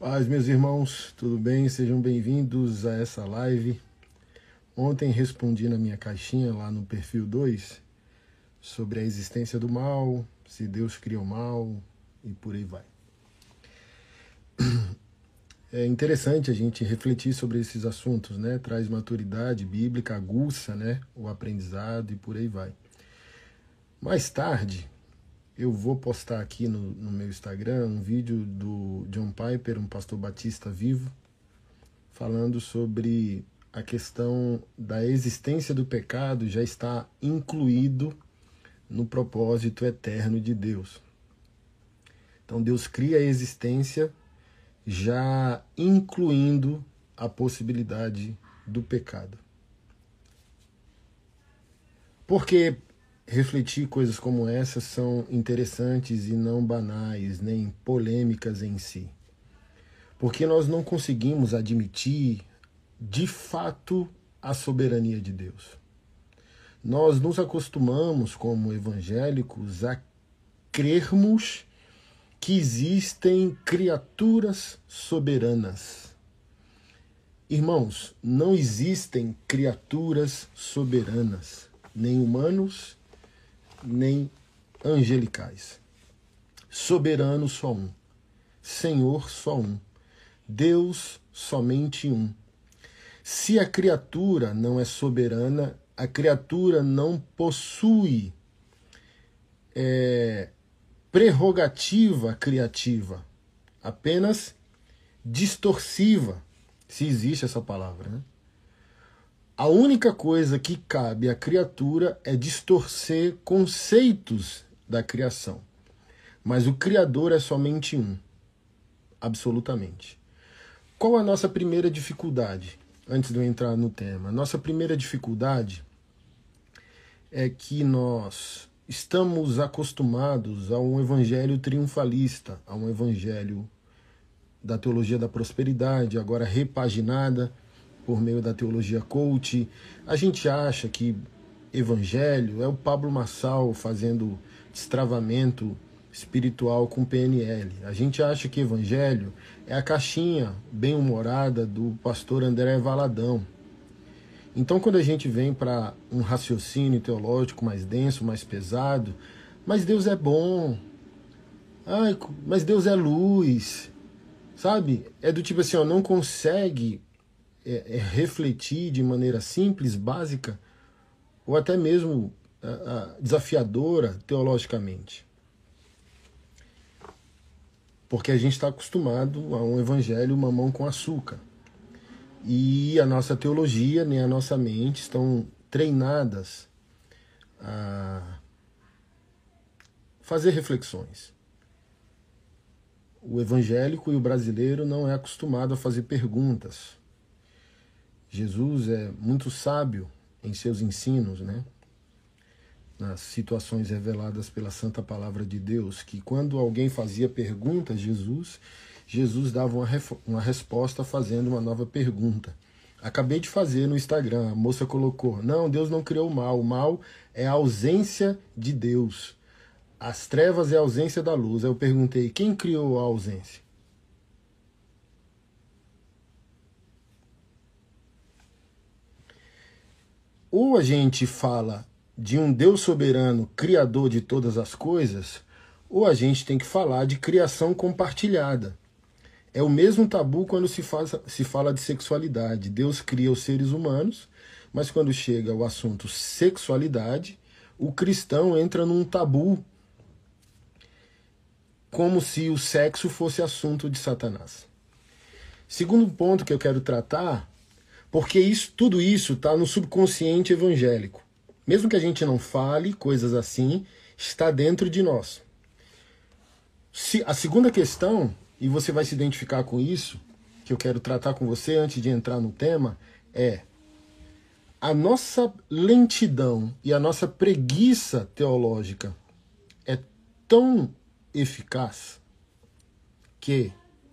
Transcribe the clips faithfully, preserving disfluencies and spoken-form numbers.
Paz, meus irmãos, tudo bem? Sejam bem-vindos a essa live. Ontem respondi na minha caixinha lá no perfil dois sobre a existência do mal, se Deus cria o mal e por aí vai. É interessante a gente refletir sobre esses assuntos, né? Traz maturidade bíblica, aguça, né? O aprendizado e por aí vai. Mais tarde, eu vou postar aqui no, no meu Instagram um vídeo do John Piper, um pastor batista vivo, falando sobre a questão da existência do pecado já está incluído no propósito eterno de Deus. Então Deus cria a existência já incluindo a possibilidade do pecado. Porque refletir coisas como essas são interessantes e não banais, nem polêmicas em si. Porque nós não conseguimos admitir, de fato, a soberania de Deus. Nós nos acostumamos, como evangélicos, a crermos que existem criaturas soberanas. Irmãos, não existem criaturas soberanas, nem humanos, nem angelicais. Soberano só um. Senhor só um. Deus somente um. Se a criatura não é soberana, a criatura não possui é, prerrogativa criativa, apenas distorsiva, se existe essa palavra, né? A única coisa que cabe à criatura é distorcer conceitos da criação. Mas o Criador é somente um. Absolutamente. Qual a nossa primeira dificuldade? Antes de eu entrar no tema. Nossa primeira dificuldade é que nós estamos acostumados a um evangelho triunfalista, a um evangelho da teologia da prosperidade, agora repaginada por meio da teologia coach. A gente acha que evangelho é o Pablo Marçal fazendo destravamento espiritual com P N L. A gente acha que evangelho é a caixinha bem-humorada do pastor André Valadão. Então, quando a gente vem para um raciocínio teológico mais denso, mais pesado, mas Deus é bom, ai, mas Deus é luz, sabe? É do tipo assim, ó, não consegue É, é refletir de maneira simples, básica, ou até mesmo a, a, desafiadora teologicamente. Porque a gente está acostumado a um evangelho mamão com açúcar. E a nossa teologia, nem a nossa mente estão treinadas a fazer reflexões. O evangélico e o brasileiro não é acostumado a fazer perguntas. Jesus é muito sábio em seus ensinos, né? Nas situações reveladas pela Santa Palavra de Deus, que quando alguém fazia perguntas a Jesus, Jesus dava uma, uma resposta fazendo uma nova pergunta. Acabei de fazer no Instagram, a moça colocou, não, Deus não criou o mal, o mal é a ausência de Deus. As trevas é a ausência da luz. Aí eu perguntei, quem criou a ausência? Ou a gente fala de um Deus soberano, criador de todas as coisas, ou a gente tem que falar de criação compartilhada. É o mesmo tabu quando se, faz, se fala de sexualidade. Deus cria os seres humanos, mas quando chega o assunto sexualidade, o cristão entra num tabu, como se o sexo fosse assunto de Satanás. Segundo ponto que eu quero tratar, porque isso, tudo isso está no subconsciente evangélico. Mesmo que a gente não fale coisas assim, está dentro de nós. Se, a segunda questão, e você vai se identificar com isso, que eu quero tratar com você antes de entrar no tema, é a nossa lentidão e a nossa preguiça teológica é tão eficaz que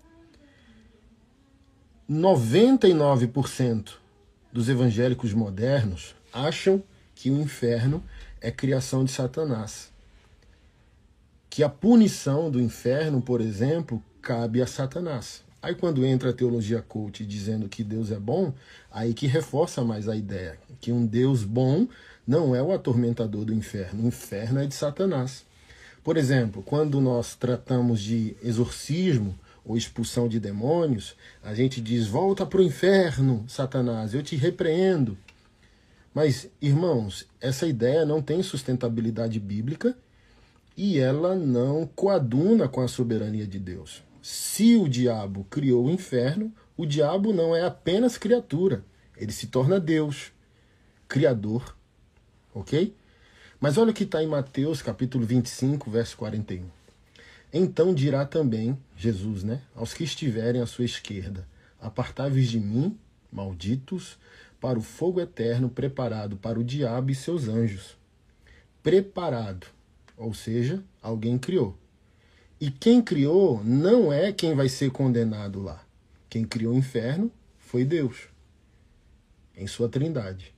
noventa e nove por cento dos evangélicos modernos acham que o inferno é criação de Satanás. Que a punição do inferno, por exemplo, cabe a Satanás. Aí quando entra a teologia coach dizendo que Deus é bom, aí que reforça mais a ideia que um Deus bom não é o atormentador do inferno. O inferno é de Satanás. Por exemplo, quando nós tratamos de exorcismo ou expulsão de demônios, a gente diz, volta para o inferno, Satanás, eu te repreendo. Mas, irmãos, essa ideia não tem sustentabilidade bíblica e ela não coaduna com a soberania de Deus. Se o diabo criou o inferno, o diabo não é apenas criatura, ele se torna Deus, criador, ok? Mas olha o que está em Mateus capítulo vinte e cinco, verso quarenta e um. Então dirá também, Jesus, né, aos que estiverem à sua esquerda, apartai-vos de mim, malditos, para o fogo eterno preparado para o diabo e seus anjos. Preparado, ou seja, alguém criou. E quem criou não é quem vai ser condenado lá. Quem criou o inferno foi Deus, em sua trindade.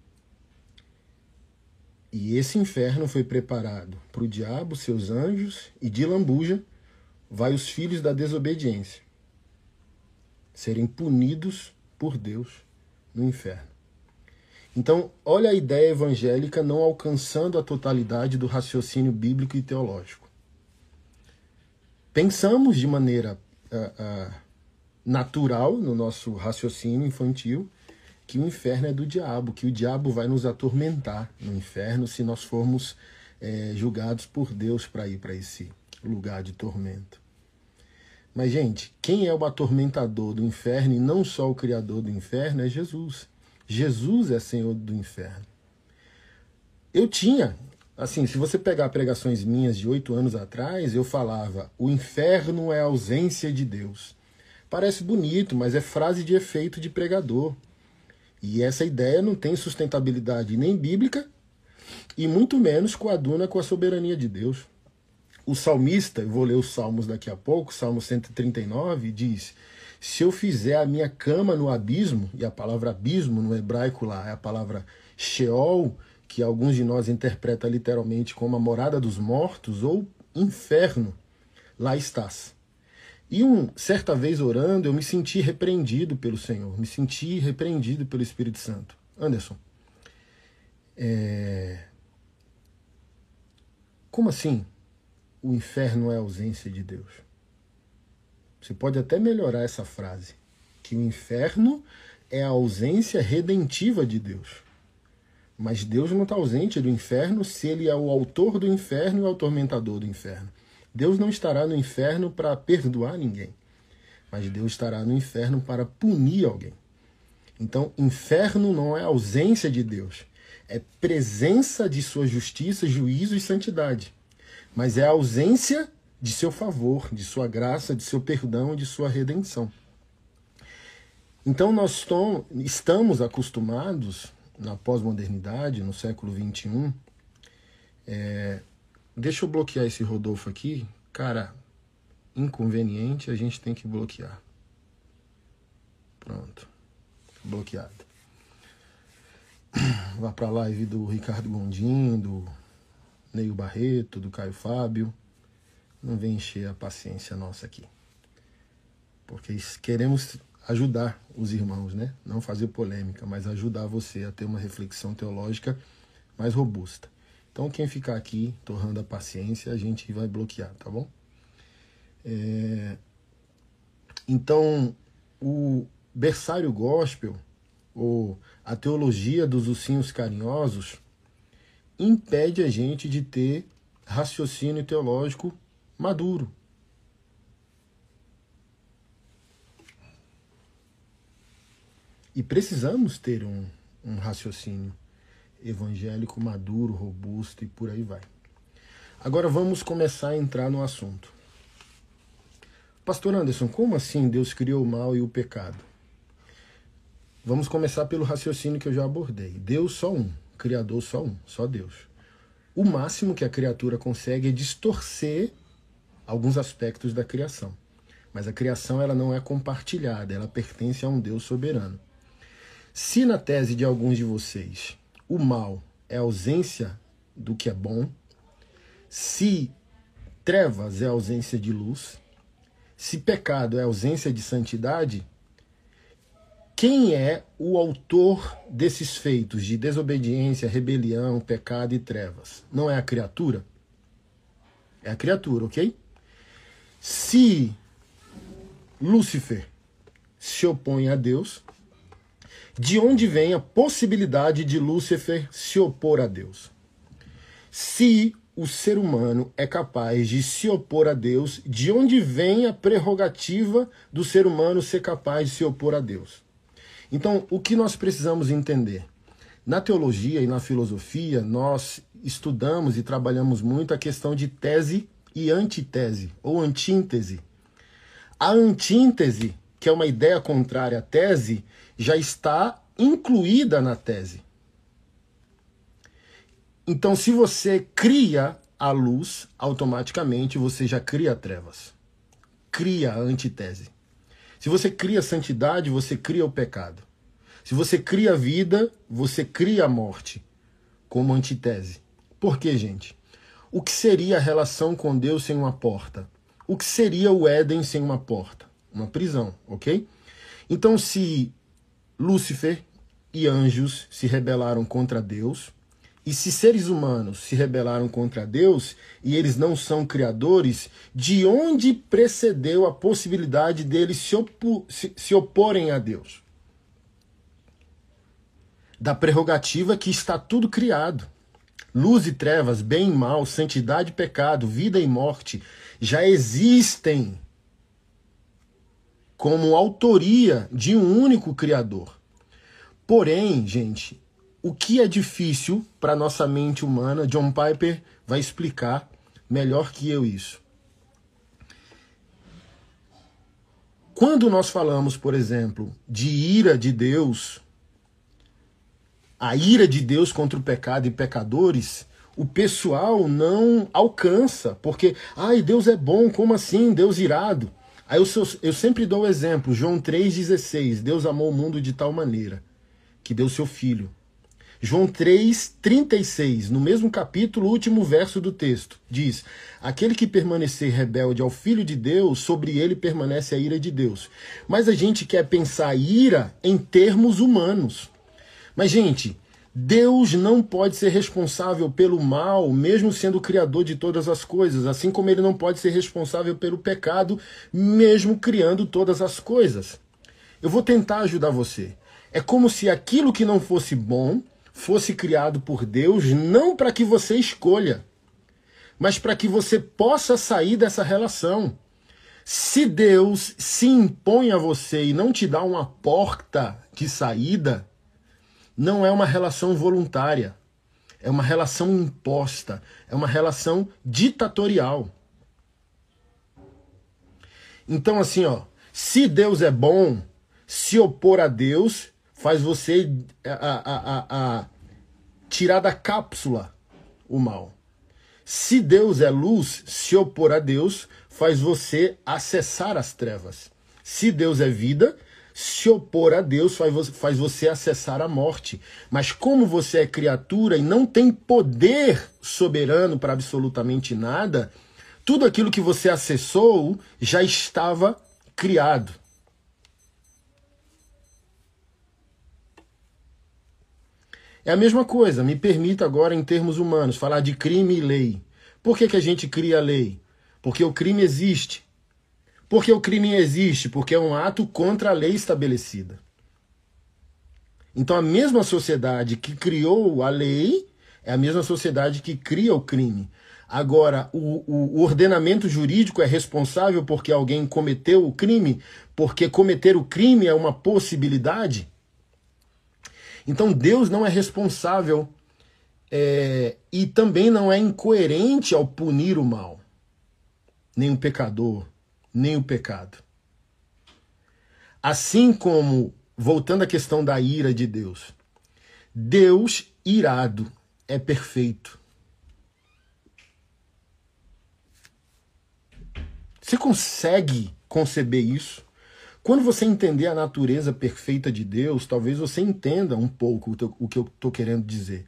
E esse inferno foi preparado para o diabo, seus anjos, e de lambuja vai os filhos da desobediência serem punidos por Deus no inferno. Então, olha a ideia evangélica não alcançando a totalidade do raciocínio bíblico e teológico. Pensamos de maneira uh, uh, natural, no nosso raciocínio infantil, que o inferno é do diabo, que o diabo vai nos atormentar no inferno se nós formos é, julgados por Deus para ir para esse lugar de tormento. Mas, gente, quem é o atormentador do inferno, e não só o criador do inferno, é Jesus. Jesus é Senhor do inferno. Eu tinha, assim, se você pegar pregações minhas de oito anos atrás, eu falava, o inferno é a ausência de Deus. Parece bonito, mas é frase de efeito de pregador. E essa ideia não tem sustentabilidade nem bíblica e muito menos coaduna com a soberania de Deus. O salmista, eu vou ler os salmos daqui a pouco, Salmo cento e trinta e nove, diz, se eu fizer a minha cama no abismo, e a palavra abismo no hebraico lá é a palavra Sheol, que alguns de nós interpretam literalmente como a morada dos mortos ou inferno, lá estás. E um, certa vez orando, eu me senti repreendido pelo Senhor, me senti repreendido pelo Espírito Santo. Anderson, é... como assim o inferno é a ausência de Deus? Você pode até melhorar essa frase, que o inferno é a ausência redentiva de Deus. Mas Deus não está ausente do inferno se ele é o autor do inferno e o atormentador do inferno. Deus não estará no inferno para perdoar ninguém, mas Deus estará no inferno para punir alguém. Então, inferno não é ausência de Deus, é presença de sua justiça, juízo e santidade, mas é a ausência de seu favor, de sua graça, de seu perdão, de sua redenção. Então, nós estamos acostumados, na pós-modernidade, no século vinte e um, é, deixa eu bloquear esse Rodolfo aqui. Cara, inconveniente, a gente tem que bloquear. Pronto. Bloqueado. Vá para a live do Ricardo Gondim, do Neil Barreto, do Caio Fábio. Não vem encher a paciência nossa aqui. Porque queremos ajudar os irmãos, né? Não fazer polêmica, mas ajudar você a ter uma reflexão teológica mais robusta. Então, quem ficar aqui torrando a paciência, a gente vai bloquear, tá bom? É... Então, o berçário gospel, ou a teologia dos ursinhos carinhosos, impede a gente de ter raciocínio teológico maduro. E precisamos ter um, um raciocínio evangélico maduro, robusto e por aí vai. Agora vamos começar a entrar no assunto. Pastor Anderson, como assim Deus criou o mal e o pecado? Vamos começar pelo raciocínio que eu já abordei. Deus só um, Criador só um, só Deus. O máximo que a criatura consegue é distorcer alguns aspectos da criação. Mas a criação ela não é compartilhada, ela pertence a um Deus soberano. Se na tese de alguns de vocês o mal é a ausência do que é bom, se trevas é a ausência de luz, se pecado é ausência de santidade, quem é o autor desses feitos de desobediência, rebelião, pecado e trevas? Não é a criatura? É a criatura, ok? Se Lúcifer se opõe a Deus, de onde vem a possibilidade de Lúcifer se opor a Deus? Se o ser humano é capaz de se opor a Deus, de onde vem a prerrogativa do ser humano ser capaz de se opor a Deus? Então, o que nós precisamos entender? Na teologia e na filosofia, nós estudamos e trabalhamos muito a questão de tese e antitese, ou antíntese. A antíntese, que é uma ideia contrária à tese, já está incluída na tese. Então, se você cria a luz, automaticamente você já cria trevas. Cria a antitese. Se você cria santidade, você cria o pecado. Se você cria a vida, você cria a morte, como antitese. Por quê, gente? O que seria a relação com Deus sem uma porta? O que seria o Éden sem uma porta? Uma prisão, ok? Então, se Lúcifer e anjos se rebelaram contra Deus, e se seres humanos se rebelaram contra Deus, e eles não são criadores, de onde precedeu a possibilidade deles se, opo se, se oporem a Deus? Da prerrogativa que está tudo criado. Luz e trevas, bem e mal, santidade e pecado, vida e morte, já existem como autoria de um único Criador. Porém, gente, o que é difícil para a nossa mente humana, John Piper vai explicar melhor que eu isso. Quando nós falamos, por exemplo, de ira de Deus, a ira de Deus contra o pecado e pecadores, o pessoal não alcança, porque, ai, Deus é bom, como assim? Deus irado. Aí eu, sou, eu sempre dou o exemplo, João três dezesseis, Deus amou o mundo de tal maneira que deu seu filho. João três, trinta e seis, no mesmo capítulo, último verso do texto, diz: aquele que permanecer rebelde ao Filho de Deus, sobre ele permanece a ira de Deus. Mas a gente quer pensar ira em termos humanos. Mas, gente, Deus não pode ser responsável pelo mal, mesmo sendo o criador de todas as coisas, assim como ele não pode ser responsável pelo pecado, mesmo criando todas as coisas. Eu vou tentar ajudar você. É como se aquilo que não fosse bom fosse criado por Deus, não para que você escolha, mas para que você possa sair dessa relação. Se Deus se impõe a você e não te dá uma porta de saída, não é uma relação voluntária, é uma relação imposta, é uma relação ditatorial. Então, assim, ó, se Deus é bom, se opor a Deus faz você a, a, a, a tirar da cápsula o mal. Se Deus é luz, se opor a Deus faz você acessar as trevas. Se Deus é vida, se opor a Deus faz, faz você acessar a morte. Mas como você é criatura e não tem poder soberano para absolutamente nada, tudo aquilo que você acessou já estava criado. É a mesma coisa, me permita agora em termos humanos falar de crime e lei. Por que que a gente cria lei? Porque o crime existe. Por que o crime existe? Porque é um ato contra a lei estabelecida. Então a mesma sociedade que criou a lei é a mesma sociedade que cria o crime. Agora, o, o ordenamento jurídico é responsável porque alguém cometeu o crime? Porque cometer o crime é uma possibilidade? Então Deus não é responsável é, e também não é incoerente ao punir o mal, nem o pecador, nem o pecado. Assim como, voltando à questão da ira de Deus, Deus irado é perfeito. Você consegue conceber isso? Quando você entender a natureza perfeita de Deus, talvez você entenda um pouco o que eu estou querendo dizer.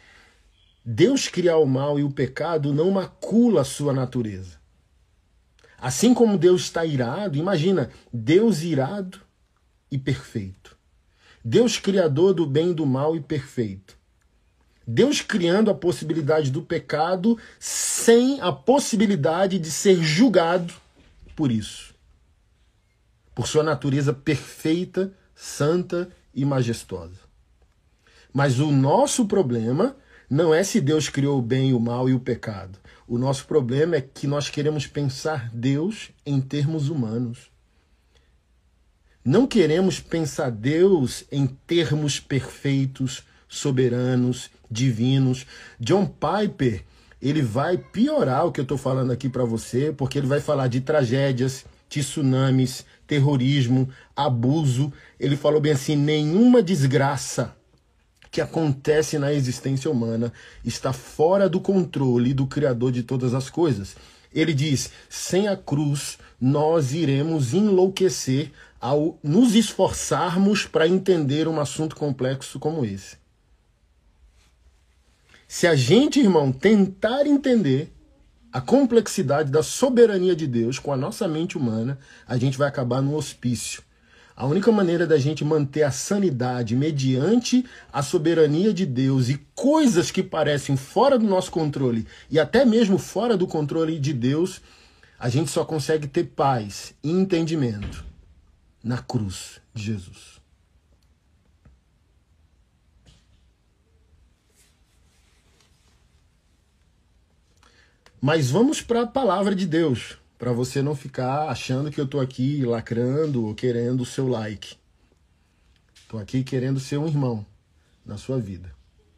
Deus criar o mal e o pecado não macula a sua natureza. Assim como Deus está irado, imagina, Deus irado e perfeito. Deus criador do bem e do mal e perfeito. Deus criando a possibilidade do pecado sem a possibilidade de ser julgado por isso. Por sua natureza perfeita, santa e majestosa. Mas o nosso problema não é se Deus criou o bem, o mal e o pecado. O nosso problema é que nós queremos pensar Deus em termos humanos. Não queremos pensar Deus em termos perfeitos, soberanos, divinos. John Piper, ele vai piorar o que eu estou falando aqui para você, porque ele vai falar de tragédias, tsunamis, terrorismo, abuso. Ele falou bem assim, nenhuma desgraça que acontece na existência humana está fora do controle do Criador de todas as coisas. Ele diz, sem a cruz nós iremos enlouquecer ao nos esforçarmos para entender um assunto complexo como esse. Se a gente, irmão, tentar entender a complexidade da soberania de Deus com a nossa mente humana, a gente vai acabar no hospício. A única maneira da gente manter a sanidade mediante a soberania de Deus e coisas que parecem fora do nosso controle e até mesmo fora do controle de Deus, a gente só consegue ter paz e entendimento na cruz de Jesus. Mas vamos para a palavra de Deus, para você não ficar achando que eu estou aqui lacrando ou querendo o seu like. Estou aqui querendo ser um irmão na sua vida.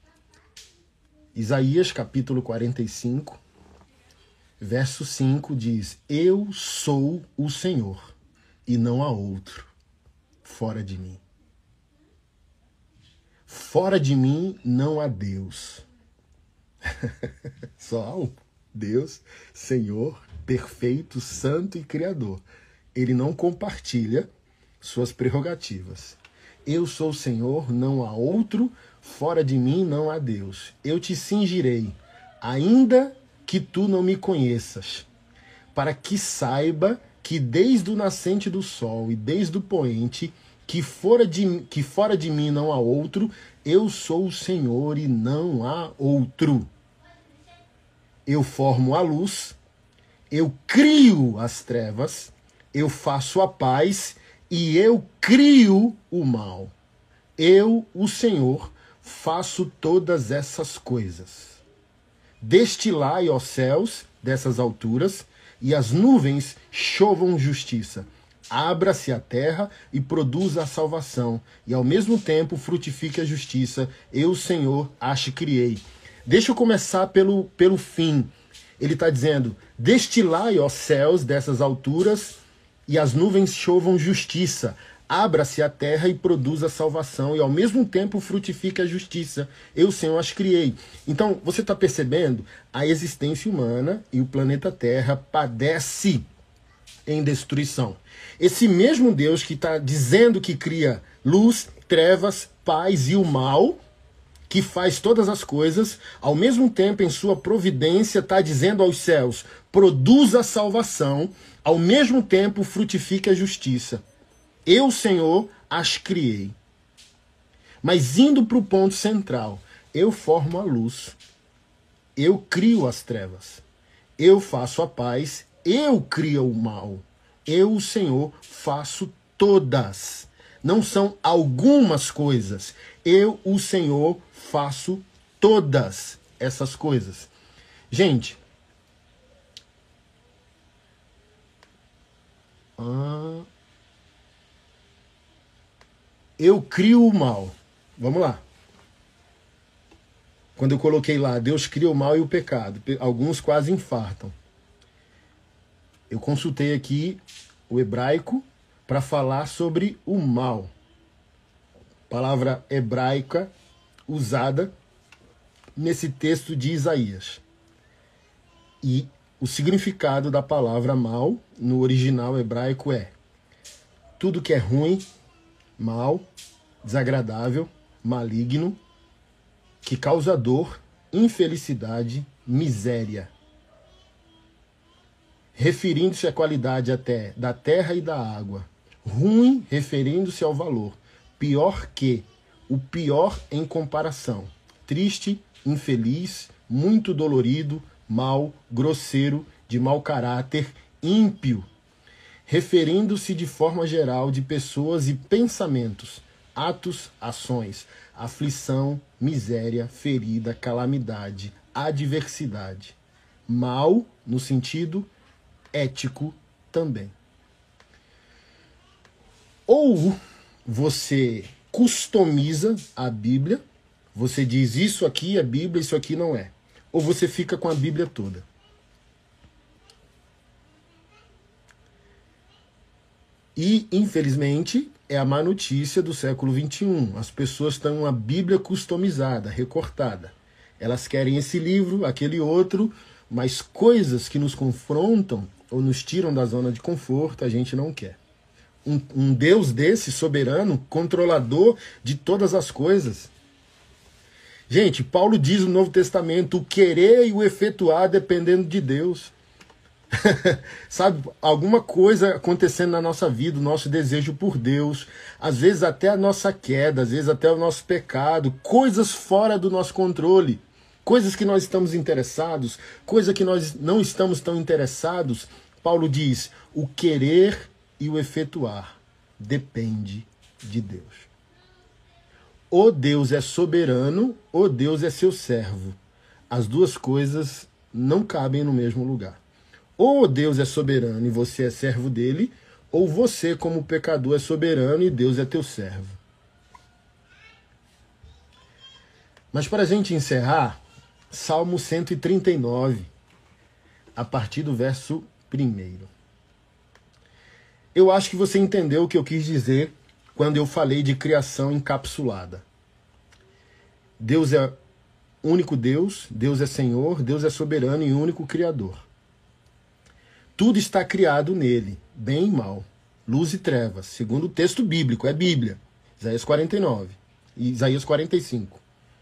Isaías capítulo quarenta e cinco, verso cinco diz, eu sou o Senhor e não há outro fora de mim. Fora de mim não há Deus. Só há um Deus, Senhor, perfeito, santo e criador. Ele não compartilha suas prerrogativas. Eu sou o Senhor, não há outro, fora de mim não há Deus. Eu te cingirei, ainda que tu não me conheças, para que saiba que desde o nascente do sol e desde o poente, que fora de, que fora de mim não há outro, eu sou o Senhor e não há outro. Eu formo a luz, eu crio as trevas, eu faço a paz e eu crio o mal. Eu, o Senhor, faço todas essas coisas. Destilai, ó céus, dessas alturas, e as nuvens chovam justiça. Abra-se a terra e produza a salvação, e ao mesmo tempo frutifique a justiça. Eu, Senhor, ache criei. Deixa eu começar pelo, pelo fim. Ele está dizendo, destilai, ó céus, dessas alturas, e as nuvens chovam justiça. Abra-se a terra e produza a salvação, e ao mesmo tempo frutifique a justiça. Eu, Senhor, as criei. Então, você está percebendo? A existência humana e o planeta Terra padece em destruição. Esse mesmo Deus que está dizendo que cria luz, trevas, paz e o mal, que faz todas as coisas, ao mesmo tempo em sua providência está dizendo aos céus, produza a salvação, ao mesmo tempo frutifique a justiça. Eu, Senhor, as criei. Mas indo para o ponto central, eu formo a luz, eu crio as trevas, eu faço a paz, eu crio o mal. Eu, o Senhor, faço todas. Não são algumas coisas. Eu, o Senhor, faço todas essas coisas. Gente, ah, eu crio o mal. Vamos lá. Quando eu coloquei lá, Deus cria o mal e o pecado. Alguns quase infartam. Eu consultei aqui o hebraico para falar sobre o mal. Palavra hebraica usada nesse texto de Isaías. E o significado da palavra mal no original hebraico é tudo que é ruim, mal, desagradável, maligno, que causa dor, infelicidade, miséria. referindo-se à qualidade até da terra e da água. Ruim, referindo-se ao valor. Pior que, o pior em comparação. Triste, infeliz, muito dolorido, mau, grosseiro, de mau caráter, ímpio. Referindo-se de forma geral de pessoas e pensamentos, atos, ações, aflição, miséria, ferida, calamidade, adversidade. Mal, no sentido ético também. Ou você customiza a Bíblia, você diz isso aqui é Bíblia, isso aqui não é. Ou você fica com a Bíblia toda. E, infelizmente, é a má notícia do século vinte e um. As pessoas têm uma Bíblia customizada, recortada. Elas querem esse livro, aquele outro, mas coisas que nos confrontam ou nos tiram da zona de conforto, a gente não quer. Um, um Deus desse, soberano, controlador de todas as coisas. Gente, Paulo diz no Novo Testamento, o querer e o efetuar dependendo de Deus. Sabe, alguma coisa acontecendo na nossa vida, o nosso desejo por Deus, às vezes até a nossa queda, às vezes até o nosso pecado, coisas fora do nosso controle, coisas que nós estamos interessados, coisas que nós não estamos tão interessados. Paulo diz, o querer e o efetuar depende de Deus. Ou Deus é soberano, ou Deus é seu servo. As duas coisas não cabem no mesmo lugar. Ou Deus é soberano e você é servo dele, ou você, como pecador, é soberano e Deus é teu servo. Mas para a gente encerrar, Salmo cento e trinta e nove, a partir do verso primeiro. Eu acho que você entendeu o que eu quis dizer quando eu falei de criação encapsulada. Deus é único Deus, Deus é Senhor, Deus é soberano e único Criador. Tudo está criado nele, bem e mal, luz e trevas, segundo o texto bíblico, é Bíblia, Isaías quarenta e nove e Isaías quarenta e cinco.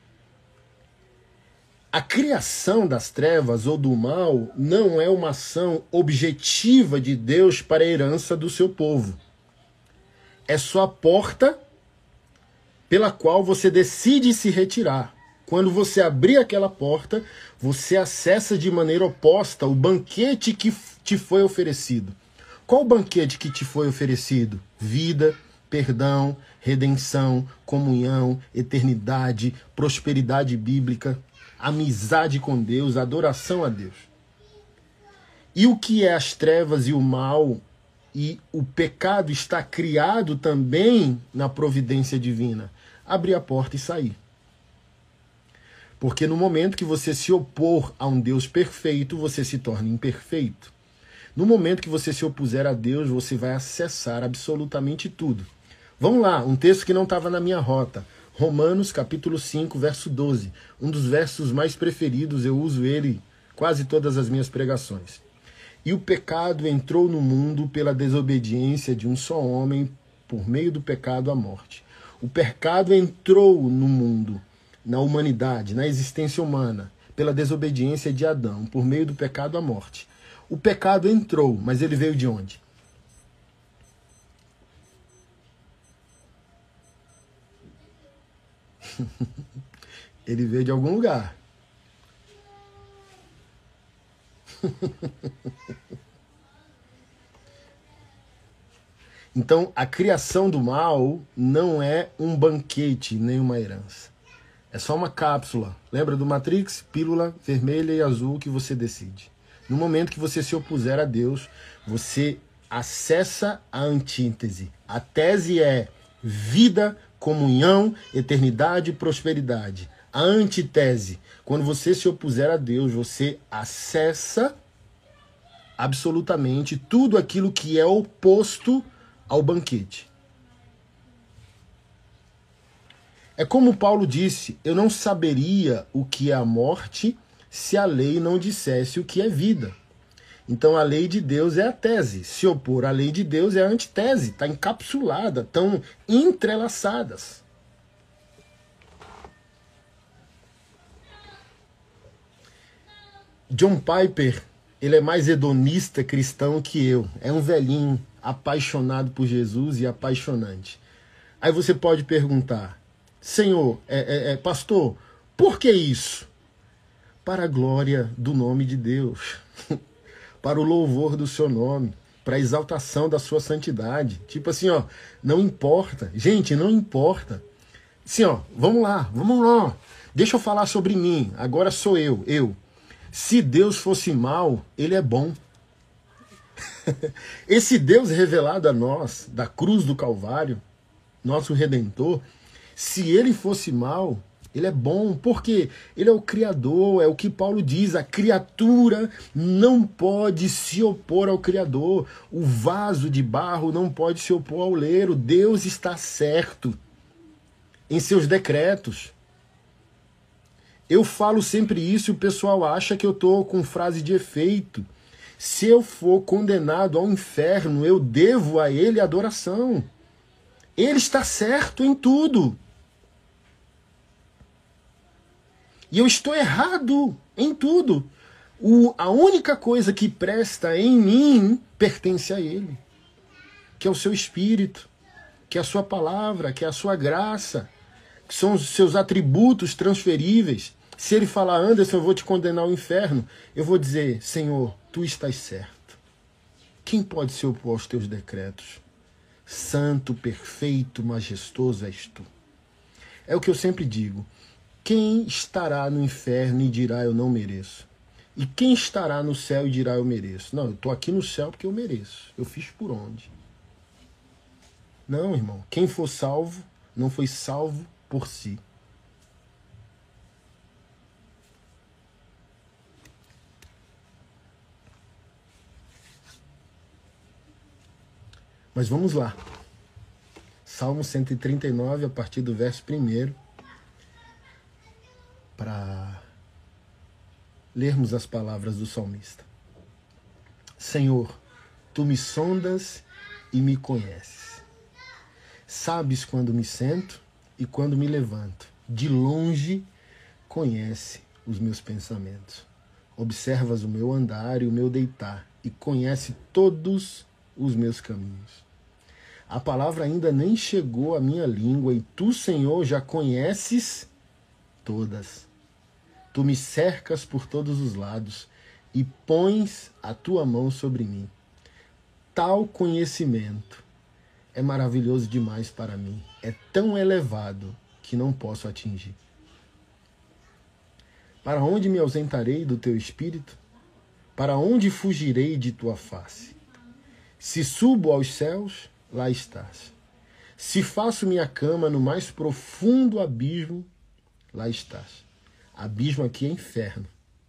A criação das trevas ou do mal não é uma ação objetiva de Deus para a herança do seu povo. É só a porta pela qual você decide se retirar. Quando você abrir aquela porta, você acessa de maneira oposta o banquete que te foi oferecido. Qual o banquete que te foi oferecido? Vida, perdão, redenção, comunhão, eternidade, prosperidade bíblica, amizade com Deus, adoração a Deus. E o que é as trevas e o mal e o pecado está criado também na providência divina? Abrir a porta e sair. Porque no momento que você se opor a um Deus perfeito, você se torna imperfeito. No momento que você se opuser a Deus, você vai acessar absolutamente tudo. Vamos lá, um texto que não estava na minha rota. Romanos capítulo cinco, verso doze. Um dos versos mais preferidos, eu uso ele quase todas as minhas pregações. E o pecado entrou no mundo pela desobediência de um só homem, por meio do pecado a morte. O pecado entrou no mundo, na humanidade, na existência humana, pela desobediência de Adão, por meio do pecado a morte. O pecado entrou, mas ele veio de onde? Ele veio de algum lugar. Então, a criação do mal não é um banquete, nem uma herança. É só uma cápsula. Lembra do Matrix? Pílula vermelha e azul que você decide. No momento que você se opuser a Deus, você acessa a antítese. A tese é vida, comunhão, eternidade e prosperidade. A antitese, quando você se opuser a Deus, você acessa absolutamente tudo aquilo que é oposto ao banquete. É como Paulo disse, eu não saberia o que é a morte se a lei não dissesse o que é vida. Então a lei de Deus é a tese. Se opor à lei de Deus é a antitese. Está encapsulada, estão entrelaçadas. John Piper, ele é mais hedonista cristão que eu. É um velhinho apaixonado por Jesus e apaixonante. Aí você pode perguntar, Senhor, é, é, é, pastor, por que isso? Para a glória do nome de Deus, para o louvor do seu nome, para a exaltação da sua santidade. Tipo assim, ó, não importa. Gente, não importa. Assim, ó, vamos lá, vamos lá. Deixa eu falar sobre mim. Agora sou eu, eu. Se Deus fosse mal, ele é bom. Esse Deus revelado a nós, da cruz do Calvário, nosso Redentor, se ele fosse mal, ele é bom, porque ele é o Criador, é o que Paulo diz, a criatura não pode se opor ao Criador, o vaso de barro não pode se opor ao oleiro, Deus está certo em seus decretos. Eu falo sempre isso e o pessoal acha que eu estou com frase de efeito. Se eu for condenado ao inferno, eu devo a ele adoração. Ele está certo em tudo. E eu estou errado em tudo. O, a única coisa que presta em mim pertence a ele. Que é o seu espírito, que é a sua palavra, que é a sua graça, que são os seus atributos transferíveis. Se ele falar, Anderson, eu vou te condenar ao inferno, eu vou dizer, Senhor, tu estás certo. Quem pode se opor aos teus decretos? Santo, perfeito, majestoso és tu. É o que eu sempre digo. Quem estará no inferno e dirá eu não mereço? E quem estará no céu e dirá eu mereço? Não, eu estou aqui no céu porque eu mereço. Eu fiz por onde? Não, irmão. Quem for salvo, não foi salvo por si. Mas vamos lá. Salmo cento e trinta e nove, a partir do verso primeiro, para lermos as palavras do salmista. Senhor, tu me sondas e me conheces. Sabes quando me sento e quando me levanto. De longe conhece os meus pensamentos. Observas o meu andar e o meu deitar e conhece todos os meus caminhos. A palavra ainda nem chegou à minha língua e tu, Senhor, já conheces todas. Tu me cercas por todos os lados e pões a tua mão sobre mim. Tal conhecimento é maravilhoso demais para mim. É tão elevado que não posso atingir. Para onde me ausentarei do teu espírito? Para onde fugirei de tua face? Se subo aos céus, lá estás. Se faço minha cama no mais profundo abismo, lá estás. Abismo aqui é inferno.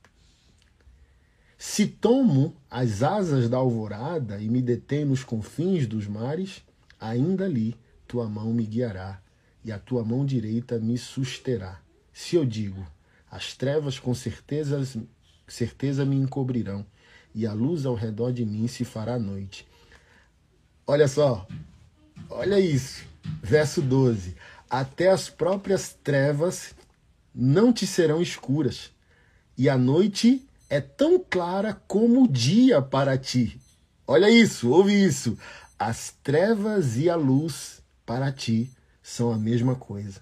Se tomo as asas da alvorada e me detenho nos confins dos mares, ainda ali tua mão me guiará e a tua mão direita me susterá. Se eu digo, as trevas com certeza, certeza me encobrirão e a luz ao redor de mim se fará noite. Olha só, olha isso, verso doze. Até as próprias trevas não te serão escuras, e a noite é tão clara como o dia para ti. Olha isso, ouve isso. As trevas e a luz para ti são a mesma coisa.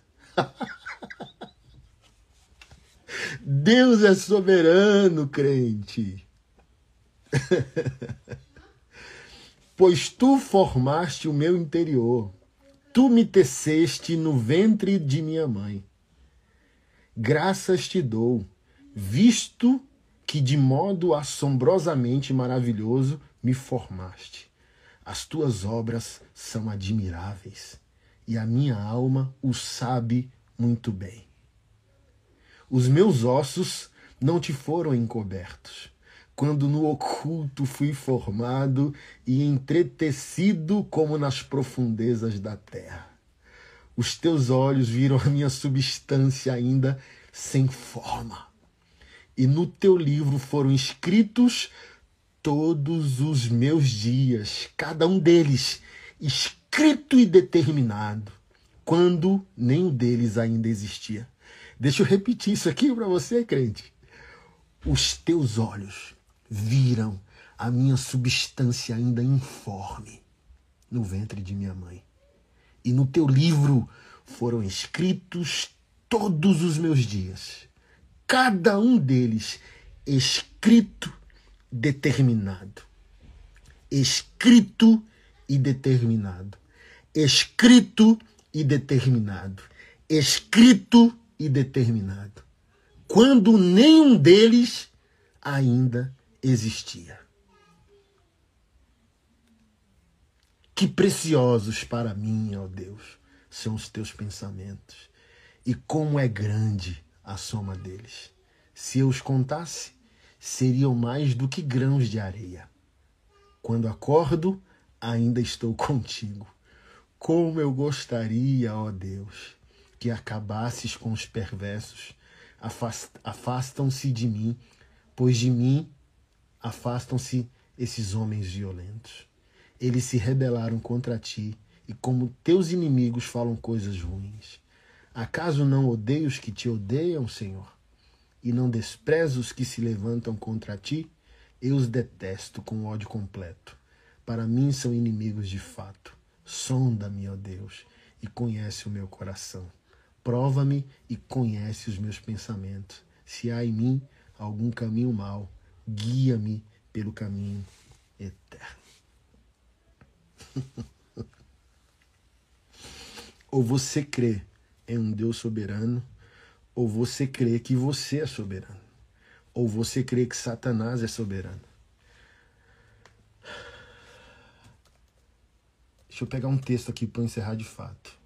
Deus é soberano, crente. Pois tu formaste o meu interior, tu me teceste no ventre de minha mãe. Graças te dou, visto que de modo assombrosamente maravilhoso me formaste. As tuas obras são admiráveis, e a minha alma o sabe muito bem. Os meus ossos não te foram encobertos, quando no oculto fui formado e entretecido como nas profundezas da terra. Os teus olhos viram a minha substância ainda sem forma. E no teu livro foram escritos todos os meus dias, cada um deles, escrito e determinado, quando nenhum deles ainda existia. Deixa eu repetir isso aqui para você, crente. Os teus olhos viram a minha substância ainda informe no ventre de minha mãe. E no teu livro foram escritos todos os meus dias, cada um deles escrito, determinado. Escrito e determinado. Escrito e determinado. Escrito e determinado. Quando nenhum deles ainda existia. Que preciosos para mim, ó Deus, são os teus pensamentos. E como é grande a soma deles. Se eu os contasse, seriam mais do que grãos de areia. Quando acordo, ainda estou contigo. Como eu gostaria, ó Deus, que acabasses com os perversos. Afastam-se de mim, pois de mim afastam-se esses homens violentos. Eles se rebelaram contra ti, e como teus inimigos falam coisas ruins. Acaso não odeio os que te odeiam, Senhor? E não desprezo os que se levantam contra ti? Eu os detesto com ódio completo. Para mim são inimigos de fato. Sonda-me, ó Deus, e conhece o meu coração. Prova-me e conhece os meus pensamentos. Se há em mim algum caminho mau, guia-me pelo caminho eterno. Ou você crê em um Deus soberano, ou você crê que você é soberano, ou você crê que Satanás é soberano. Deixa eu pegar um texto aqui para encerrar de fato.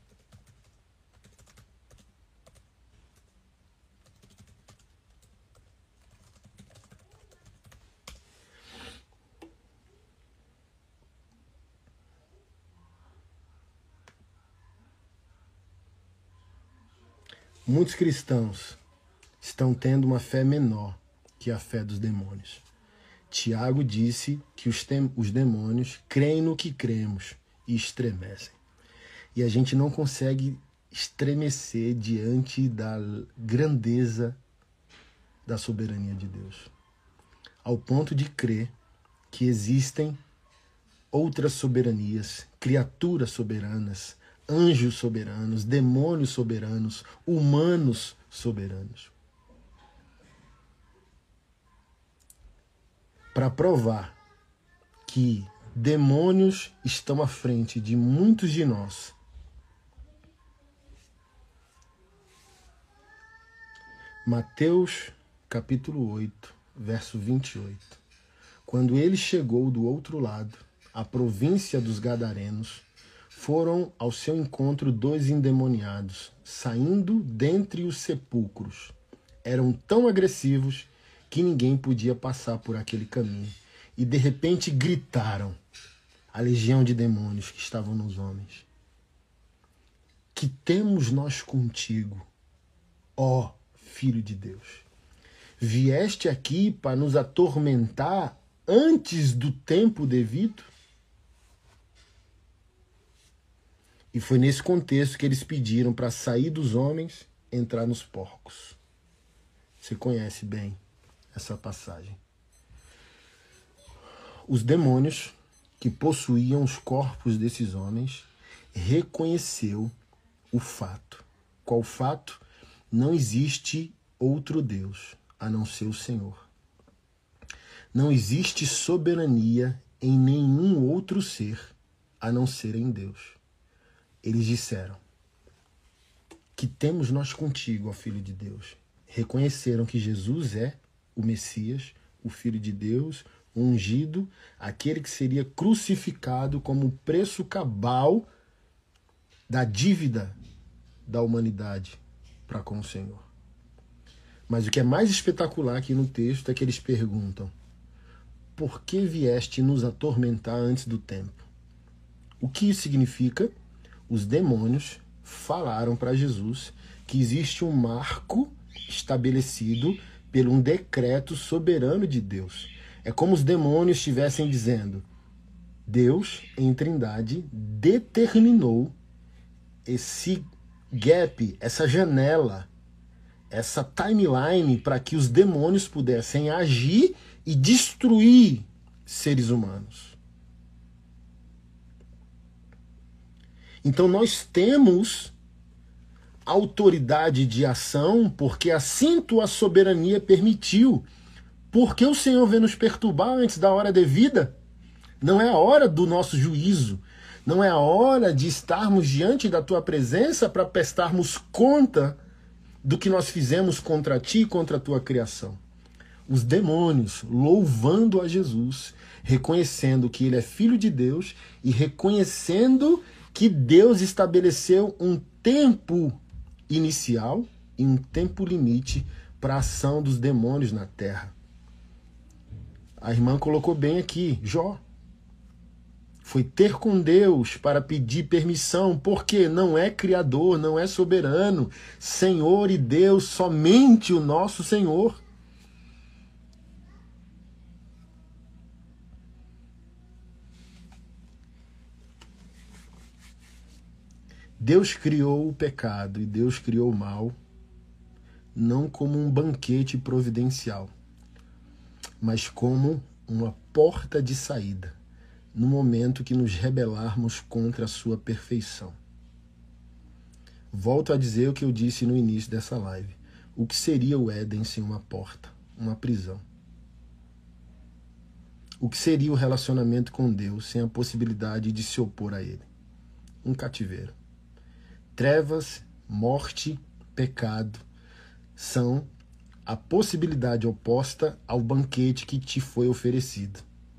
Muitos cristãos estão tendo uma fé menor que a fé dos demônios. Tiago disse que os, os demônios creem no que cremos e estremecem. E a gente não consegue estremecer diante da grandeza da soberania de Deus, ao ponto de crer que existem outras soberanias, criaturas soberanas, anjos soberanos, demônios soberanos, humanos soberanos. Para provar que demônios estão à frente de muitos de nós, Mateus capítulo oito, verso vinte e oito. Quando ele chegou do outro lado, a província dos Gadarenos, foram ao seu encontro dois endemoniados, saindo dentre os sepulcros. Eram tão agressivos que ninguém podia passar por aquele caminho. E de repente gritaram, a legião de demônios que estavam nos homens: que temos nós contigo, ó Filho de Deus? Vieste aqui para nos atormentar antes do tempo devido? E foi nesse contexto que eles pediram para sair dos homens, entrar nos porcos. Você conhece bem essa passagem. Os demônios que possuíam os corpos desses homens reconheceu o fato. Qual fato? Não existe outro Deus a não ser o Senhor. Não existe soberania em nenhum outro ser a não ser em Deus. Eles disseram: que temos nós contigo, ó Filho de Deus. Reconheceram que Jesus é o Messias, o Filho de Deus, o ungido, aquele que seria crucificado como preço cabal da dívida da humanidade para com o Senhor. Mas o que é mais espetacular aqui no texto é que eles perguntam: por que vieste nos atormentar antes do tempo? O que isso significa? Os demônios falaram para Jesus que existe um marco estabelecido por um decreto soberano de Deus. É como os demônios estivessem dizendo: Deus, em Trindade, determinou esse gap, essa janela, essa timeline para que os demônios pudessem agir e destruir seres humanos. Então nós temos autoridade de ação porque assim tua soberania permitiu. Porque o Senhor vem nos perturbar antes da hora devida? Não é a hora do nosso juízo. Não é a hora de estarmos diante da tua presença para prestarmos conta do que nós fizemos contra ti e contra a tua criação. Os demônios louvando a Jesus, reconhecendo que ele é filho de Deus e reconhecendo que Deus estabeleceu um tempo inicial e um tempo limite para a ação dos demônios na terra. A irmã colocou bem aqui, Jó. Foi ter com Deus para pedir permissão, porque não é criador, não é soberano, Senhor e Deus, somente o nosso Senhor. Deus criou o pecado e Deus criou o mal, não como um banquete providencial, mas como uma porta de saída, no momento que nos rebelarmos contra a sua perfeição. Volto a dizer o que eu disse no início dessa live. O que seria o Éden sem uma porta, uma prisão? O que seria o relacionamento com Deus sem a possibilidade de se opor a Ele? Um cativeiro. Trevas, morte, pecado são a possibilidade oposta ao banquete que te foi oferecido.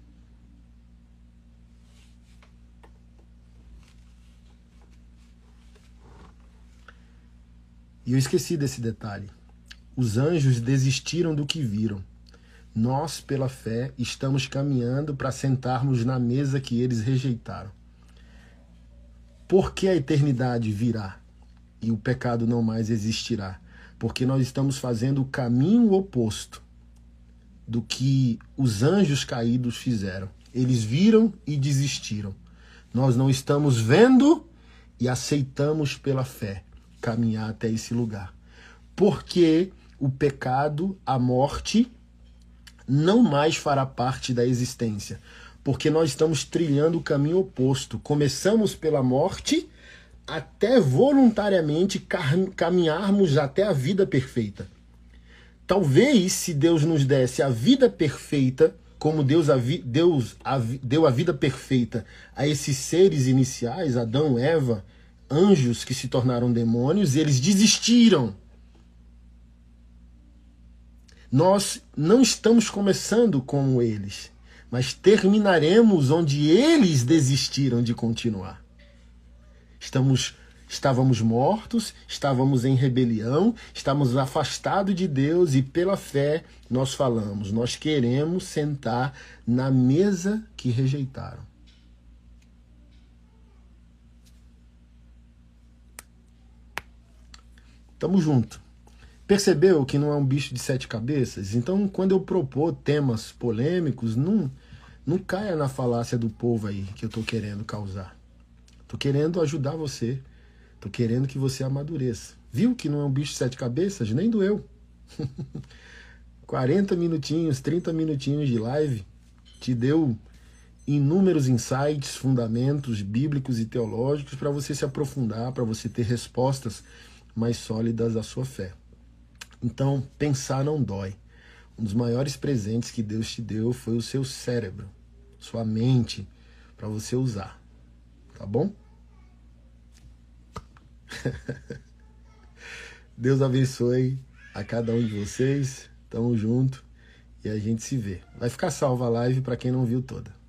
E eu esqueci desse detalhe. Os anjos desistiram do que viram. Nós, pela fé, estamos caminhando para sentarmos na mesa que eles rejeitaram. Porque a eternidade virá e o pecado não mais existirá? Porque nós estamos fazendo o caminho oposto do que os anjos caídos fizeram. Eles viram e desistiram. Nós não estamos vendo e aceitamos pela fé caminhar até esse lugar. Porque o pecado, a morte, não mais fará parte da existência. Porque nós estamos trilhando o caminho oposto. Começamos pela morte até voluntariamente caminharmos até a vida perfeita. Talvez, se Deus nos desse a vida perfeita, como Deus, a vi, Deus a, deu a vida perfeita a esses seres iniciais, Adão, Eva, anjos que se tornaram demônios, eles desistiram. Nós não estamos começando como eles, mas terminaremos onde eles desistiram de continuar. Estamos, estávamos mortos, estávamos em rebelião, estávamos afastados de Deus e pela fé nós falamos, nós queremos sentar na mesa que rejeitaram. Tamo junto. Percebeu que não é um bicho de sete cabeças? Então, quando eu propor temas polêmicos, não, não caia na falácia do povo aí que eu tô querendo causar. Tô querendo ajudar você. Tô querendo que você amadureça. Viu que não é um bicho de sete cabeças? Nem doeu. quarenta minutinhos, trinta minutinhos de live te deu inúmeros insights, fundamentos bíblicos e teológicos para você se aprofundar, para você ter respostas mais sólidas à sua fé. Então, pensar não dói. Um dos maiores presentes que Deus te deu foi o seu cérebro, sua mente, para você usar. Tá bom? Deus abençoe a cada um de vocês. Tamo junto e a gente se vê. Vai ficar salva a live para quem não viu toda.